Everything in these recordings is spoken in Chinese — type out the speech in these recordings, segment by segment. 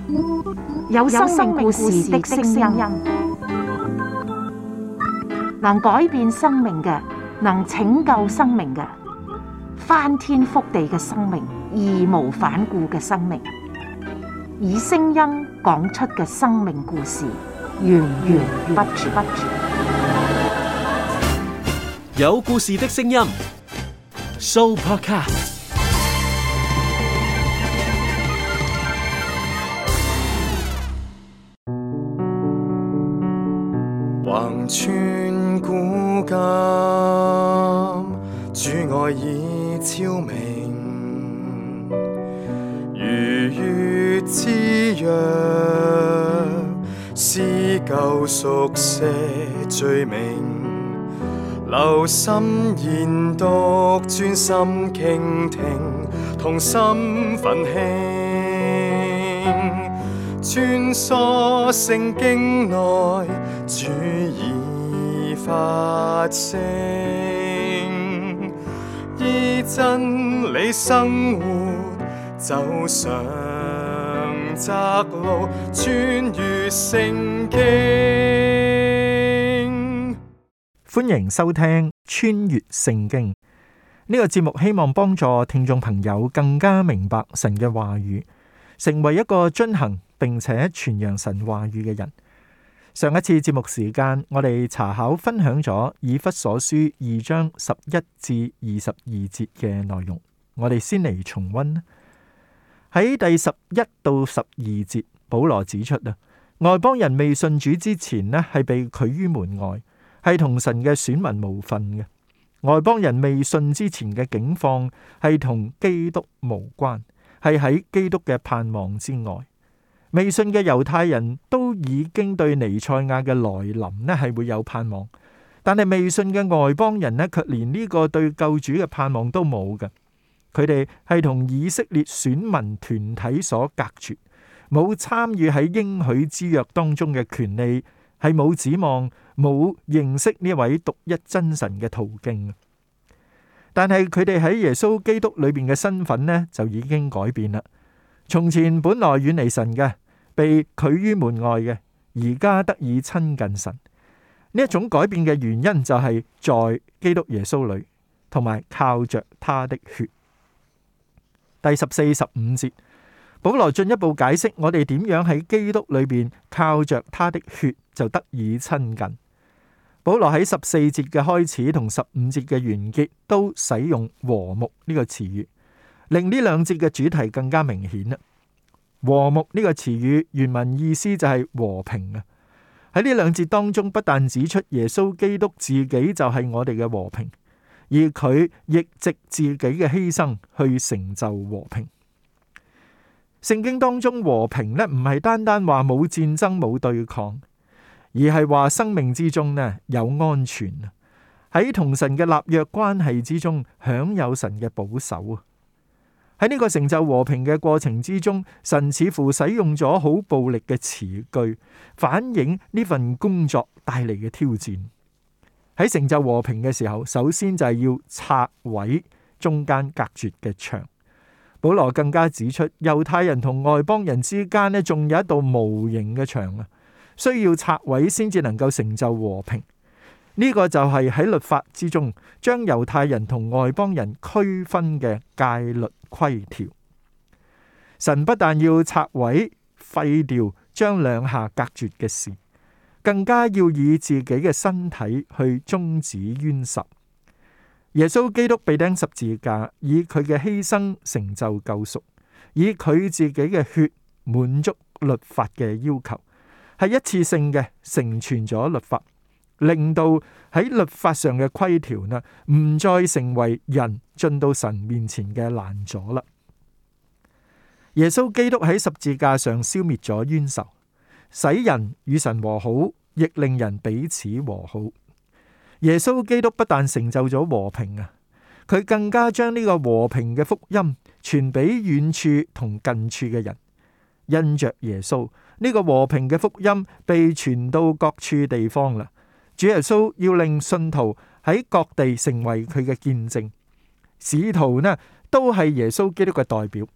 有生命故事的聲音，能改變生命嘅，能拯救生命嘅，翻天覆地嘅生命，義無反顧嘅生命，以聲音講出嘅生命故事，源源不絕。 有故事的聲音 ，Sooopodcast。 橫穿古今，主愛已超明，如月之約，撕舊熟寫罪名，留心研讀，專心傾聽，同心奮興，穿梭聖經內，主已發聲，依真理生活，走上窄路，穿越聖經。 歡迎收聽穿越聖經呢個節目，希望幫助聽眾朋友更加明白神嘅話語，成為一個遵行並且傳揚神話語嘅人。上一次節目時間，我哋查考分享咗以弗所書2章11至22節嘅內容，我哋先嚟重溫。喺第11到12節，保羅指出外邦人未信主之前係被拒於門外，係同神嘅選民無份嘅。外邦人未信之前嘅境況係同基督無關，係喺基督嘅盼望之外。未信嘅猶太人都已經對彌賽亞嘅來臨係會有盼望，但係未信嘅外邦人卻連呢個對救主嘅盼望都冇嘅。佢哋係同以色列選民團體所隔絕，冇參與喺應許之約當中嘅權利，係冇指望，冇認識呢位獨一真神嘅途徑。但係佢哋喺耶穌基督裏邊嘅身份呢，就已經改變啦。從前本來遠離神嘅，被拒於門外嘅，而家得以親近神。呢一種改變嘅原因就係在基督耶穌裏，同埋靠着他的血。第14、15節，保羅進一步解釋我哋點樣喺基督裏邊靠着他的血就得以親近。保羅喺14節嘅開始同15節嘅完結都使用和睦呢個詞語，令呢兩節嘅主題更加明顯啦。和睦呢個詞語原文意思就係和平啊。喺呢兩節當中，不但指出耶穌基督自己就係我哋嘅和平，而佢亦藉自己嘅犧牲去成就和平。聖經當中和平呢，唔係單單話冇戰爭冇對抗，而係話生命之中呢有安全，喺同神嘅立約關係之中享有神嘅保守啊。喺呢個成就和平嘅過程之中，神似乎使用咗好暴力嘅詞句，反映呢份工作帶嚟嘅挑戰。喺成就和平嘅時候，首先就係要拆毀中間隔絕嘅牆。保羅更加指出，猶太人同外邦人之間呢，仲有一道無形嘅牆啊，需要拆毀先至能夠成就和平。呢個就係喺律法之中將猶太人同外邦人區分嘅戒律規條。神不但要拆毀廢掉將兩下隔絕嘅事，更加要以自己嘅身體去終止冤仇。耶穌基督被釘十字架，以佢嘅犧牲成就救贖，以佢自己嘅血滿足律法嘅要求，係一次性嘅成全咗律法，令到喺律法上嘅規條呢，唔再成為人進到神面前嘅攔阻啦。耶穌基督喺十字架上消滅咗冤仇，使人與神和好，亦令人彼此和好。耶穌基督不但成就咗和平啊，佢更加將呢個和平嘅福音傳俾遠處同近處嘅人。因着耶穌，呢個和平嘅福音被傳到各處地方啦。主耶穌要令信徒喺各地成為佢嘅見證，使徒呢都係耶穌基督嘅代表，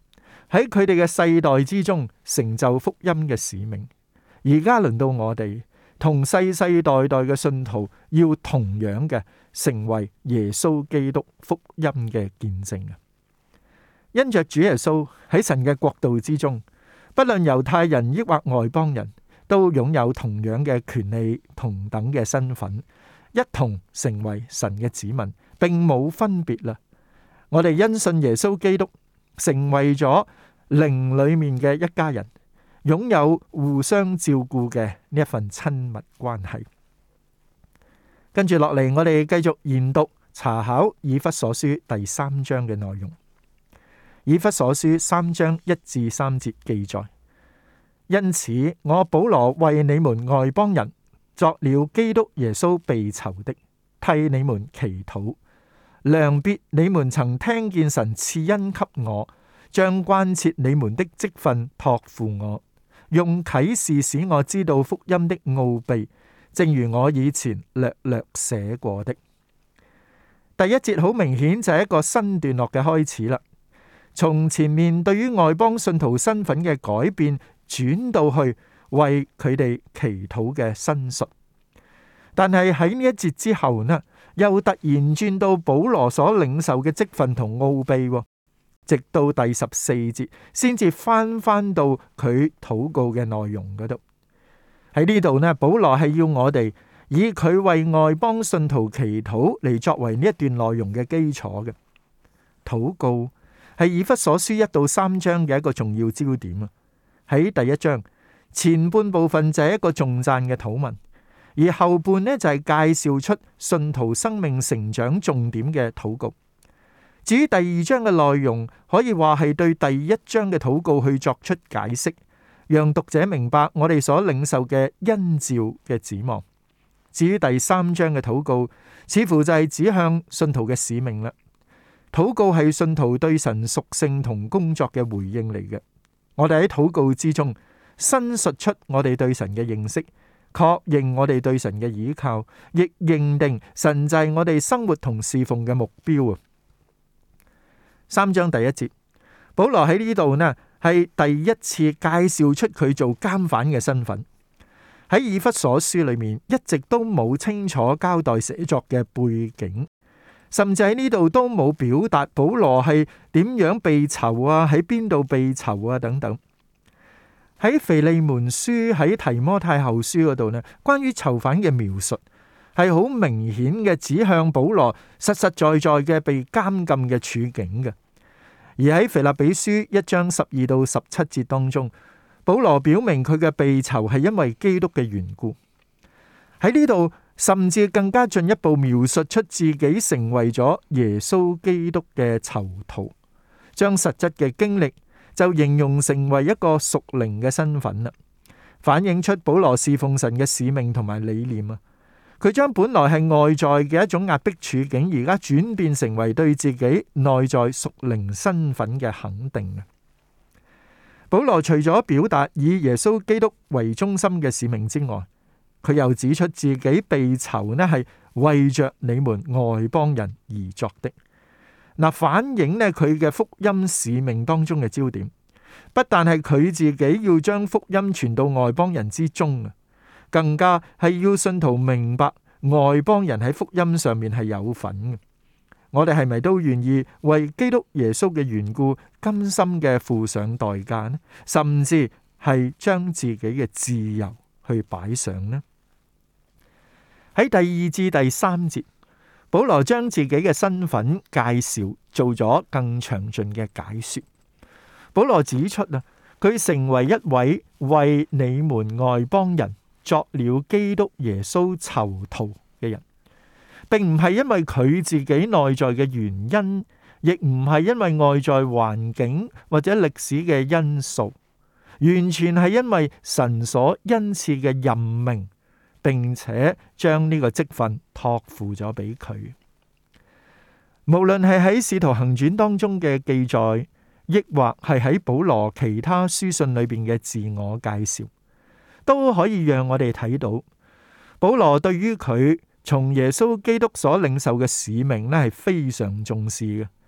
喺佢哋嘅世代之中成就福音嘅使命。而家輪到我哋同世世代代嘅信徒要同樣嘅成為耶穌基督福音嘅見證啊！因着主耶穌喺神嘅國度之中，不論猶太人抑或外邦人，都擁有同樣嘅權利、同等嘅身份，一同成為神嘅子民，並冇分別啦。我哋因信耶穌基督，成為咗靈裏面嘅一家人，擁有互相照顧嘅呢一份親密關係。跟住落嚟，我哋繼續研讀查考以弗所書第3章嘅內容。以弗所書3章1至3節記載：因此，我保羅為你們外邦人作了基督耶穌被囚的，替你們祈禱，量別你們曾聽見神賜恩給我，將關切你們的職分託付我，用啟示使我知道福音的奧秘，正如我以前略略寫過的。第一節好明顯就係一個新段落嘅開始啦，從前面對於外邦信徒身份嘅改變，轉到去為佢哋祈禱嘅申述。但係喺呢一節之後呢，又突然轉到保羅所領受嘅職分同奧秘，直到第14節先至翻到佢禱告嘅內容嗰度。喺呢度呢，保羅係要我哋以佢為外邦信徒祈禱嚟作為呢一段內容嘅基礎嘅。禱告係以弗所書1到3章嘅一個重要焦點啊。喺第一章前半部分就係一個頌讚嘅禱文，而後半呢就係介紹出信徒生命成長重點嘅禱告。至於第2章嘅內容，可以話係對第1章嘅禱告去作出解釋，讓讀者明白我哋所領受嘅恩召嘅指望。至於第3章嘅禱告，似乎就係指向信徒嘅使命啦。禱告係信徒對神屬性同工作嘅回應嚟嘅。我哋喺禱告之中申述出我哋對神嘅認識，確認我哋對神嘅倚靠，亦認定神就係我哋生活同侍奉嘅目標啊。3章第1節，保羅喺呢度呢係第一次介紹出佢做監犯嘅身份。喺以弗所書裏面一直都冇清楚交代寫作嘅背景，甚至喺呢度都冇表達保羅係點樣被囚啊，喺邊度被囚啊等等。喺腓利門書、喺提摩太後書嗰度呢，關於囚犯嘅描述係好明顯嘅指向保羅實實在在嘅被監禁嘅處境嘅。而喺腓立比書1章12到17節當中，保羅表明佢嘅被囚係因為基督嘅緣故。喺呢度甚至更加進一步描述出自己成為咗耶穌基督嘅囚徒，將實質嘅經歷就形容成為一個屬靈嘅身份啦，反映出保羅侍奉神嘅使命同埋理念啊。佢將本來係外在嘅一種壓迫處境，而家轉變成為對自己內在屬靈身份嘅肯定啊。保羅除咗表達以耶穌基督為中心嘅使命之外，佢又指出自己被囚呢係為着你們外邦人而作的。嗱，反映呢佢嘅福音使命當中嘅焦點，不但係佢自己要將福音傳到外邦人之中啊，更加係要信徒明白外邦人喺福音上面係有份嘅。我哋係咪都願意為基督耶穌嘅緣故甘心嘅付上代價呢？甚至係將自己嘅自由去擺上呢？喺第2至第3節，保羅將自己嘅身份介紹做咗更詳盡嘅解說。保羅指出啊，佢成為一位為你們外邦人作了基督耶穌囚徒嘅人，並唔係因為佢自己內在嘅原因，亦唔係因為外在環境或者歷史嘅因素，完全係因為神所恩賜嘅任命，並且將呢個職分託付咗俾佢。無論係喺使徒行傳當中嘅記載，亦或係喺保羅其他書信裏邊嘅自我介紹，都可以讓我哋睇到保羅對於佢從耶穌基督所領受嘅使命呢係非常重視嘅，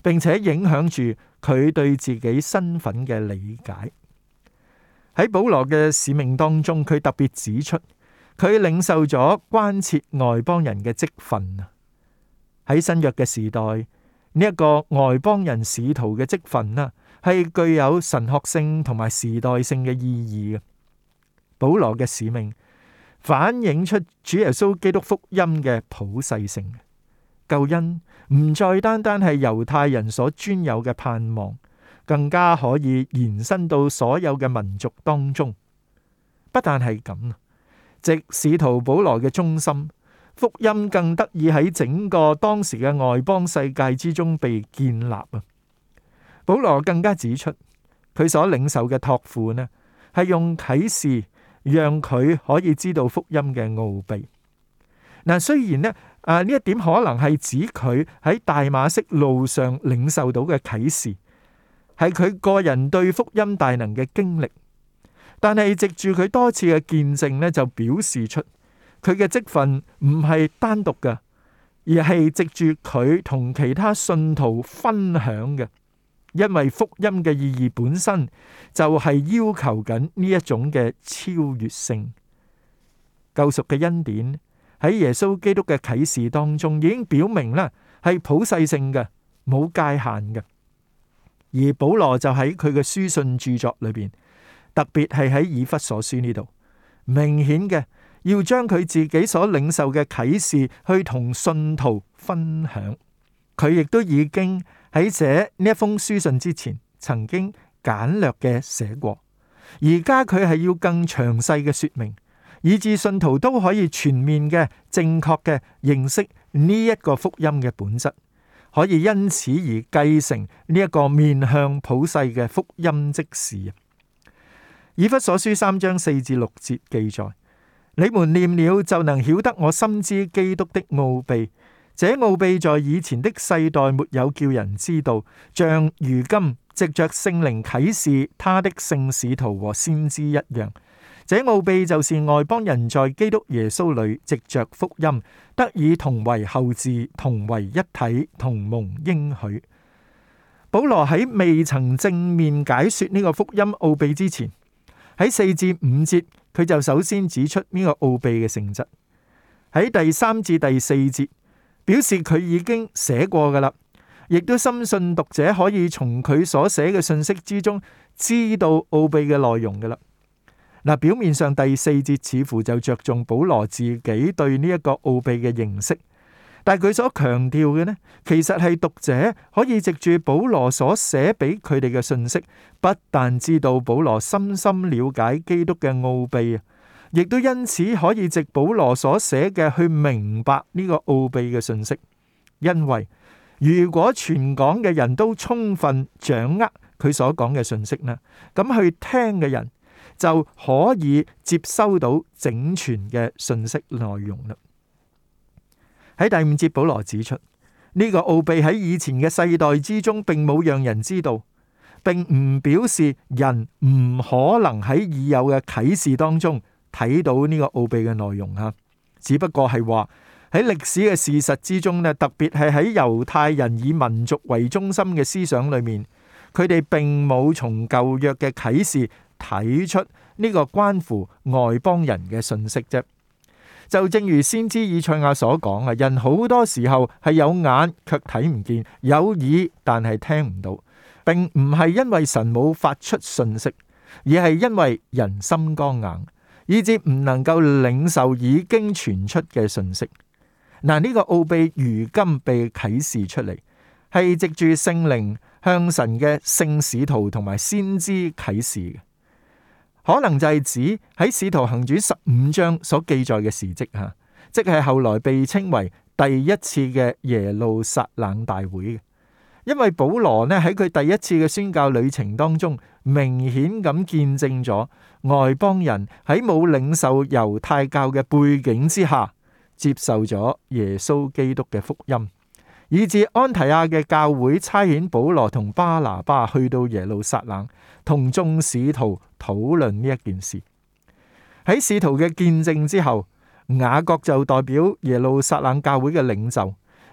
並且影響住佢對自己身份嘅理解。喺保羅嘅使命當中，佢特別指出佢領受咗關切外邦人嘅職分。喺新約嘅時代，呢一個外邦人使徒嘅職分係具有神學性同埋時代性嘅意義嘅。保羅嘅使命反映出主耶穌基督福音嘅普世性。救恩唔再單單係猶太人所專有嘅盼望，更加可以延伸到所有嘅民族當中。不但係咁，藉使徒保羅嘅忠心，福音更得以喺整個當時嘅外邦世界之中被建立啊！保羅更加指出，佢所領受嘅託付係用啟示讓佢可以知道福音嘅奧秘。雖然呢一點可能係指佢喺大馬色路上領受到嘅啟示，係佢個人對福音大能嘅經歷，但係藉住佢多次嘅見證就表示出佢嘅職分唔係單獨嘅，而係藉住佢同其他信徒分享嘅。因為福音嘅意義本身就係要求緊呢一種嘅超越性。救贖嘅恩典喺耶穌基督嘅啟示當中已經表明係普世性嘅，冇界限嘅。而保羅就喺佢嘅書信著作裏邊，特別係喺以弗所書呢度，明顯嘅要將佢自己所領受嘅啟示去同信徒分享。佢亦都已經喺寫呢一封書信之前曾經簡略嘅寫過，而家佢係要更詳細嘅說明，以致信徒都可以全面嘅正確嘅認識呢一個福音嘅本質，可以因此而繼承呢一個面向普世嘅福音職事。以弗所書3章4至6節記載：你們念了就能曉得我深知基督的奧秘。這奧秘在以前的世代沒有叫人知道，像如今藉着聖靈啟示他的聖使徒和先知一樣。這奧秘就是外邦人在基督耶穌裏藉着福音得以同為後嗣，同為一體，同蒙應許。保羅喺未曾正面解說呢個福音奧秘之前，喺4至5節佢就首先指出呢個奧秘嘅性質。喺第3至第4節表示佢已經寫過噶啦，亦都深信讀者可以從佢所寫嘅信息之中知道奧秘嘅內容噶啦。表面上第4節似乎就着重保羅自己對呢一個奧秘嘅認識，但係佢所強調嘅其實係讀者可以藉住保羅所寫俾佢哋嘅信息，不但知道保羅深深了解基督嘅奧秘，亦都因此可以藉保羅所寫嘅去明白呢個奧秘嘅信息。因為如果全港嘅人都充分掌握佢所講嘅信息咁去聽嘅人就可以接收到整全嘅信息內容啦。喺第5節，保羅指出呢個奧秘喺以前嘅世代之中並冇讓人知道，並唔表示人唔可能喺已有嘅啟示當中睇到呢個奧秘嘅內容，只不過係話喺歷史嘅事實之中特別係喺猶太人以民族為中心嘅思想裏面，佢哋並冇從舊約嘅啟示睇出呢個關乎外邦人嘅信息啫。就正如先知以賽亞所講，人好多時候係有眼卻睇唔見，有耳但係聽唔到，並唔係因為神冇發出信息，而係因為人心剛硬，以致唔能夠領受已經傳出嘅信息。呢個奧秘如今被啟示出嚟，係藉住聖靈向神嘅聖使徒同埋先知啟示嘅，可能就係指喺使徒行傳15章所記載嘅事蹟，即係後來被稱為第一次嘅耶路撒冷大會嘅。因為保羅喺佢第一次嘅宣教旅程當中，明顯咁見證咗外邦人喺冇領受猶太教嘅背景之下，接受咗耶穌基督嘅福音，以致安提亞嘅教會差遣保羅同巴拿巴去到耶路撒冷，同眾使徒討論呢一件事。喺使徒嘅見證之後，雅各就代表耶路撒冷教會嘅領袖，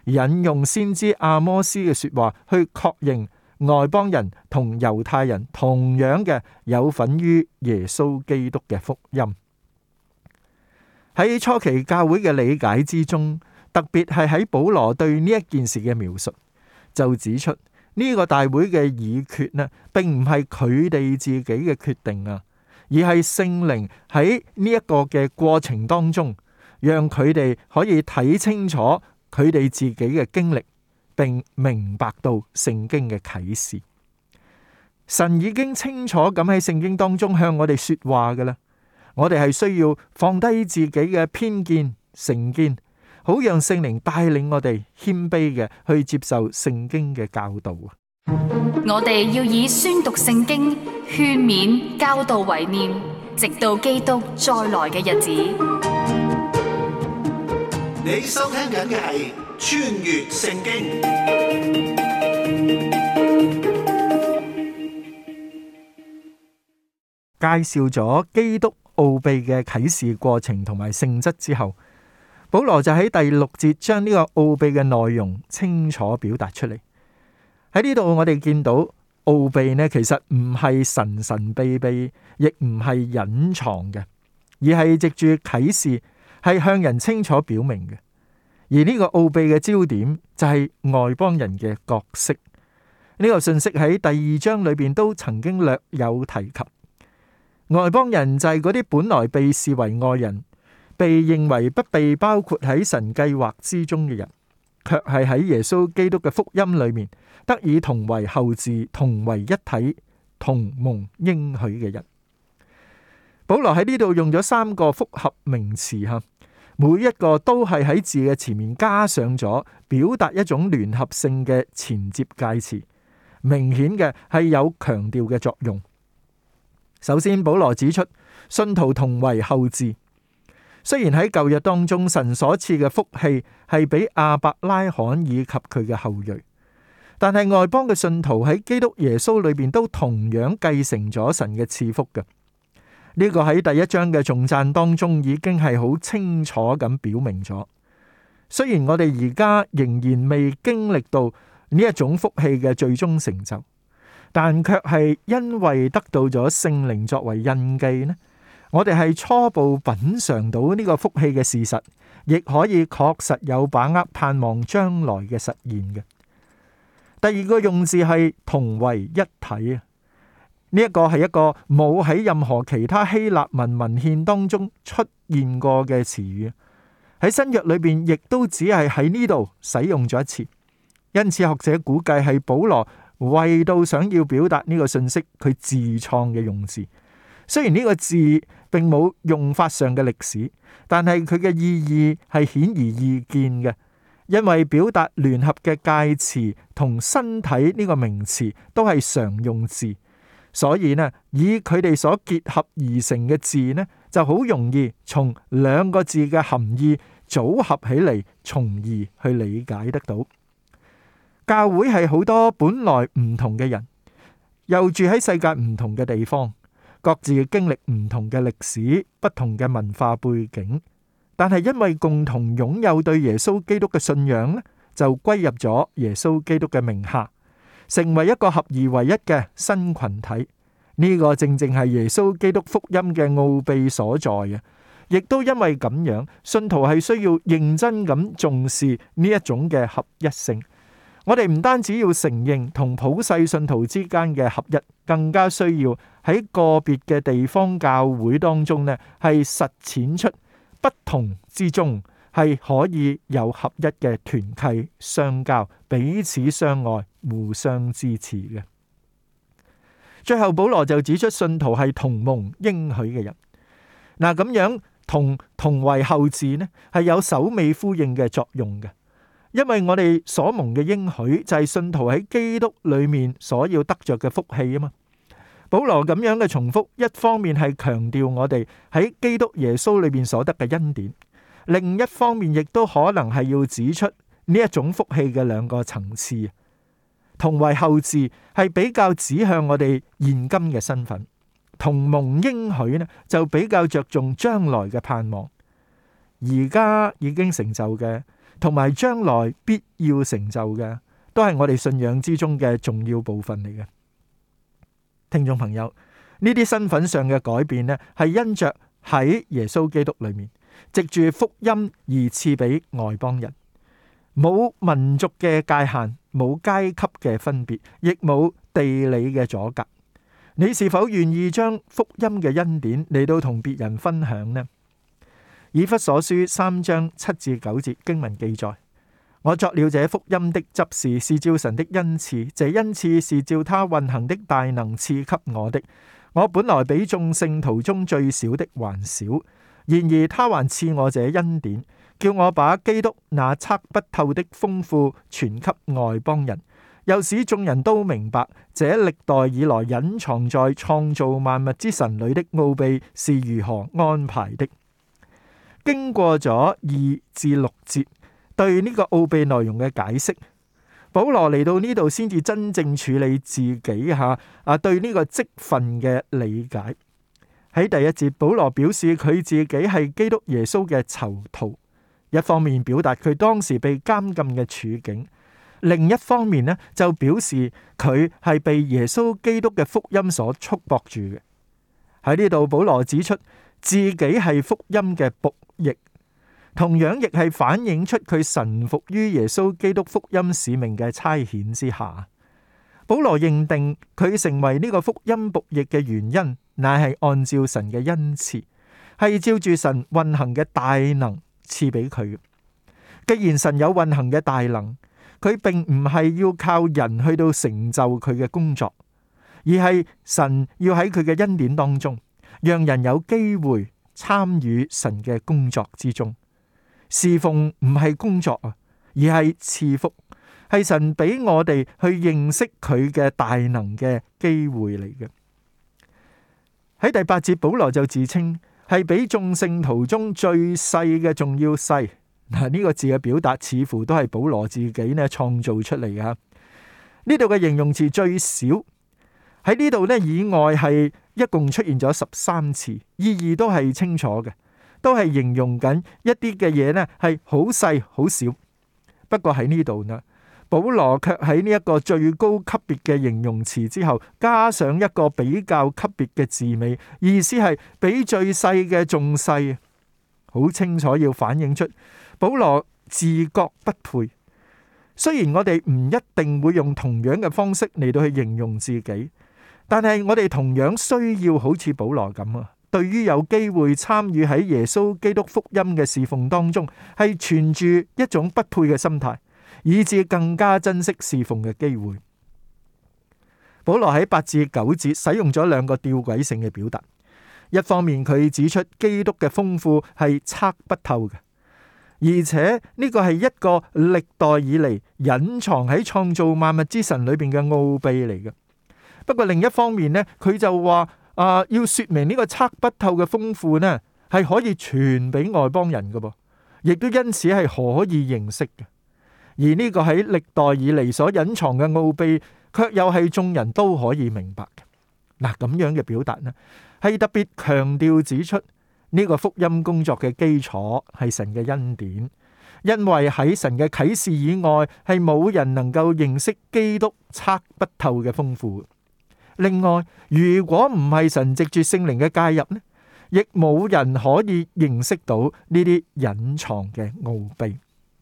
引用先知阿摩司嘅說話去確認外邦人同猶太人同樣嘅有份於耶穌基督嘅福音。喺初期教會嘅理解之中，特別係喺保羅對呢一件事嘅描述，就指出呢個大會嘅議決呢，並唔係佢哋自己嘅決定啊，而係聖靈喺呢一個嘅過程當中，讓佢哋可以睇清楚佢哋自己嘅經歷，並明白到聖經嘅啟示。神已經清楚咁喺聖經當中向我哋說話㗎喇，我哋係需要放低自己嘅偏見、成見，好讓聖靈帶領我哋謙卑嘅去接受聖經嘅教導。 我哋要以宣讀聖經、勸勉、教導為念，直到基督再來嘅日子。 你收聽緊嘅係穿越聖經。 介紹咗基督奧秘嘅啟示過程同埋性質之後，保羅就喺第6節將呢個奧秘嘅內容清楚表達出嚟。喺呢度我哋見到奧秘呢，其實唔係神神秘秘，亦唔係隱藏嘅，而係藉住啟示係向人清楚表明嘅。而呢個奧秘嘅焦點就係外邦人嘅角色。呢個信息喺第2章裏邊都曾經略有提及。外邦人就係嗰啲本來被視為外人，被認為不被包括喺神計劃之中嘅人，卻係喺耶穌基督嘅福音裏面得以同為後嗣、同為一體、同蒙應許嘅人。保羅喺呢度用咗3個複合名詞吓，每一個都係喺字嘅前面加上咗表達一種聯合性嘅前接介詞，明顯嘅係有強調嘅作用。首先，保羅指出信徒同為後嗣。雖然喺舊約當中，神所賜嘅福氣係俾亞伯拉罕以及佢嘅後裔，但係外邦嘅信徒喺基督耶穌裏邊都同樣繼承咗神嘅賜福嘅。呢個喺第1章嘅頌讚當中已經係好清楚咁表明咗。雖然我哋而家仍然未經歷到呢一種福氣嘅最終成就，但卻係因為得到咗聖靈作為印記呢，我哋係初步品嘗到呢個福氣嘅事實，亦可以確實有把握盼望將來嘅實現嘅。第2個用字係同為一體啊，呢一個係一個冇喺任何其他希臘文文獻當中出現過嘅詞語，喺新約裏邊亦都只係喺呢度使用咗一次。因此學者估計係保羅為到想要表達呢個信息，佢自創嘅用字。雖然呢個字並冇用法上嘅歷史，但係佢嘅意義係顯而易見嘅，因為表達聯合嘅介詞同身體呢個名詞都係常用字，所以呢，以佢哋所結合而成嘅字呢，就好容易從2個字嘅含義組合起嚟，從而去理解得到。教會係好多本來唔同嘅人，又住喺世界唔同嘅地方，各自經歷唔同嘅歷史、不同嘅文化背景，但係因為共同擁有對耶穌基督嘅信仰呢，就歸入咗耶穌基督嘅名下，成為一個合而為一嘅新群體。呢個正正係耶穌基督福音嘅奧秘所在啊！亦都因為咁樣，信徒係需要認真咁重視呢一種嘅合一性。我哋唔單止要承認同普世信徒之間嘅合一，更加需要喺個別嘅地方教會當中呢，係實踐出不同之中係可以有合一嘅團契相交，彼此相愛，互相支持嘅。最後保羅就指出信徒係同蒙應許嘅人。嗱，咁樣同為後嗣呢，係有首尾呼應嘅作用嘅。因為我哋所蒙嘅應許就係信徒喺基督裏面所要得着嘅福氣啊嘛。保羅咁樣嘅重複，一方面係強調我哋喺基督耶穌裏面所得嘅恩典，另一方面亦都可能係要指出呢一種福氣嘅2個層次。同為後嗣係比較指向我哋現今嘅身份，同蒙應許呢就比較着重將來嘅盼望。而家已經成就嘅， 同埋將來必要成就嘅，都係我哋信仰之中嘅重要部分嚟嘅。聽眾朋友，呢啲身份上嘅改變呢，係因着喺耶穌基督裏面，藉住福音而賜俾外邦人，冇民族嘅界限，冇階級嘅分別，亦冇地理嘅阻隔。你是否願意將福音嘅恩典嚟到同別人分享呢？以弗所書3章7至9節經文記載：我作了這福音的執事，是照神的恩賜，這恩賜是照他運行的大能賜給我的。我本來比眾聖徒中最小的還小，然而他還賜我這恩典，叫我把基督那測不透的豐富傳給外邦人，又使眾人都明白這歷代以來隱藏在創造萬物之神裏的奧秘是如何安排的。經過咗2至6節對呢個奧秘內容嘅解釋，保羅嚟到呢度先至真正處理自己對呢個職分嘅理解。喺第1節，保羅表示佢自己係基督耶穌嘅囚徒，一方面表達佢當時被監禁嘅處境，另一方面呢就表示佢係被耶穌基督嘅福音所束縛住嘅。喺呢度，保羅指出自己係福音嘅僕役，同樣亦係反映出佢臣服於耶穌基督福音使命嘅差遣之下。保羅認定佢成為呢個福音僕役嘅原因，乃係按照神嘅恩賜，係照住神運行嘅大能賜俾佢。既然神有運行嘅大能，佢並唔係要靠人去到成就佢嘅工作，而係神要喺佢嘅恩典當中，讓人有機會參與神嘅工作之中。侍奉唔係工作啊，而係賜福，係神俾我哋去認識佢嘅大能嘅機會嚟嘅。喺第8節，保羅就自稱係比眾聖徒中最細嘅仲要細。嗱，呢個字嘅表達似乎都係保羅自己呢創造出嚟嘅。呢度嘅形容詞最少喺呢度呢以外係一共出現咗13次，意義都係清楚嘅，都係形容緊一啲嘅嘢呢係好細好少。不過喺呢度呢，保羅卻喺呢一個最高級別嘅形容詞之後，加上一個比較級別嘅字尾，意思係比最細嘅仲細，好清楚要反映出保羅自覺不配。雖然我哋唔一定會用同樣嘅方式嚟到去形容自己，但係我哋同樣需要好似保羅咁啊，對於有機會參與喺耶穌基督福音嘅侍奉當中，係存住一種不配嘅心態，以致更加珍惜侍奉嘅機會。保羅喺8至9節使用咗兩個吊詭性嘅表達，一方面佢指出基督嘅豐富係測不透嘅，而且呢個係一個歷代以嚟隱藏喺創造萬物之神裏邊嘅奧秘嚟嘅。不過另一方面呢，佢就話要說明呢個測不透嘅豐富呢係可以傳俾外邦人嘅噃，亦都因此係可以認識嘅。而呢個喺歷代以嚟所隱藏嘅奧秘，卻又係眾人都可以明白嘅。嗱，咁樣嘅表達呢，係特別強調指出呢個福音工作嘅基礎係神嘅恩典，因為喺神嘅啟示以外，係冇人能夠認識基督測不透嘅豐富。另外，如果唔係神藉住聖靈嘅介入呢，亦冇人可以認識到呢啲隱藏嘅奧秘。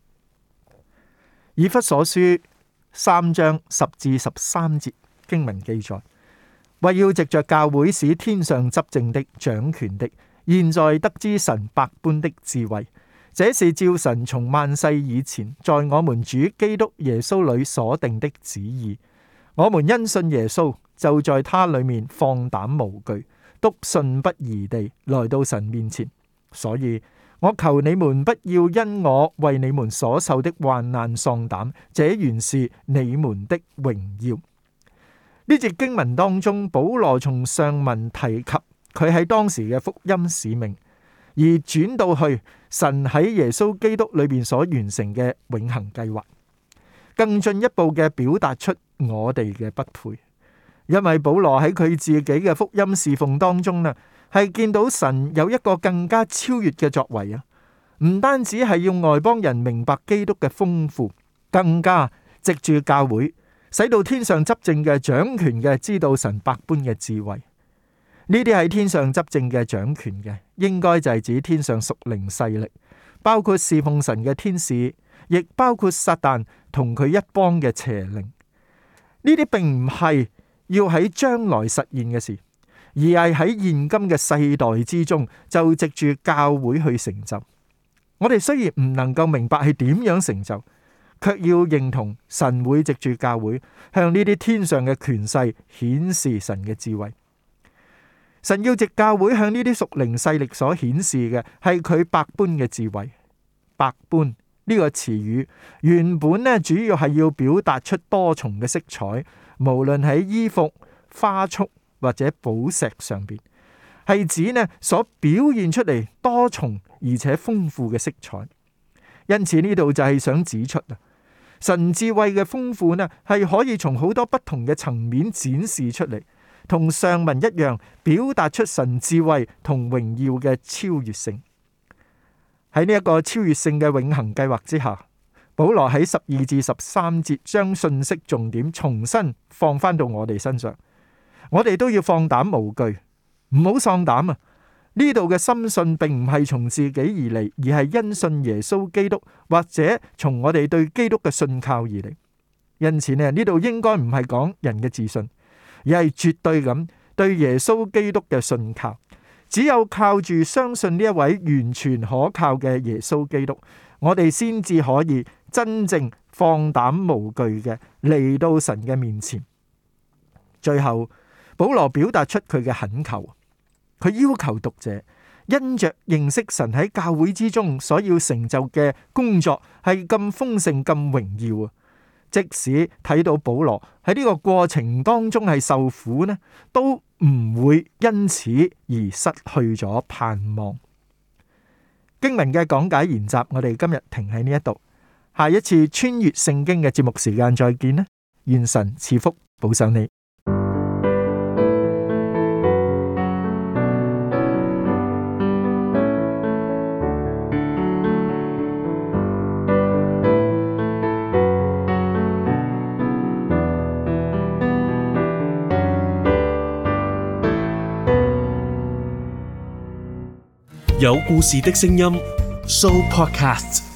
以弗所書3章10至13節經文記載，為要藉着教會使天上執政的掌權的現在得知神百般的智慧，這是照神從萬世以前在我們主基督耶穌裏所定的旨意。我們因信耶穌，就在他裏面放膽無懼，篤信不疑地來到神面前。所以我求你們不要因我為你們所受的患難喪膽，這原是你們的榮耀。呢節經文當中，保羅從上文提及佢喺當時嘅福音使命，而轉到去神喺耶穌基督裏邊所完成嘅永恆計劃，更進一步嘅表達出我哋嘅不配。因為保羅喺佢自己嘅福音侍奉當中呢，係見到神有一個更加超越嘅作為啊！ 唔單止係要外邦人明白基督嘅豐富，更加藉住教會，使到天上執政嘅掌權嘅知道神百般嘅智慧。呢啲喺天上執政嘅掌權嘅，應該就係指天上屬靈勢力，包括侍奉神嘅天使，亦包括撒旦同佢一幫嘅邪靈。呢啲並唔係要喺將來實現嘅事，而係喺現今嘅世代之中，就藉住教會去成就。我哋雖然唔能夠明白係點樣成就，卻要認同神會藉住教會向呢啲天上嘅權勢顯示神嘅智慧。神要藉教會向呢啲屬靈勢力所顯示嘅係佢百般嘅智慧。百般呢個詞語原本呢，主要係要表達出多重嘅色彩，無論喺衣服、花束或者寶石上邊，係指呢所表現出嚟多重而且豐富嘅色彩。因此呢度就係想指出啊，神智慧嘅豐富呢係可以從好多不同嘅層面展示出嚟，同上文一樣，表達出神智慧同榮耀嘅超越性。喺呢一個超越性嘅永恆計劃之下，保羅喺12至13節將信息重點重新放翻到我哋身上。我哋都要放膽無懼，唔好喪膽啊！呢度嘅深信並唔係從自己而嚟，而係因信耶穌基督，或者從我哋對基督嘅信靠而嚟。因此呢度應該唔係講人嘅自信，而係絕對咁對耶穌基督嘅信靠。只有靠住相信呢一位完全可靠嘅耶穌基督，我哋先至可以真正放膽無懼嘅嚟到神嘅面前。最後，保羅表達出佢嘅懇求，佢要求讀者因着認識神喺教會之中所要成就嘅工作係咁豐盛、咁榮耀啊！即使睇到保羅喺呢個過程當中係受苦呢，都唔會因此而失去咗盼望。經文嘅講解研習，我哋今日停喺呢一度，下一次穿越聖經嘅節目時間再見啦！願神賜福保守你。 有故事的聲音 Show Podcast。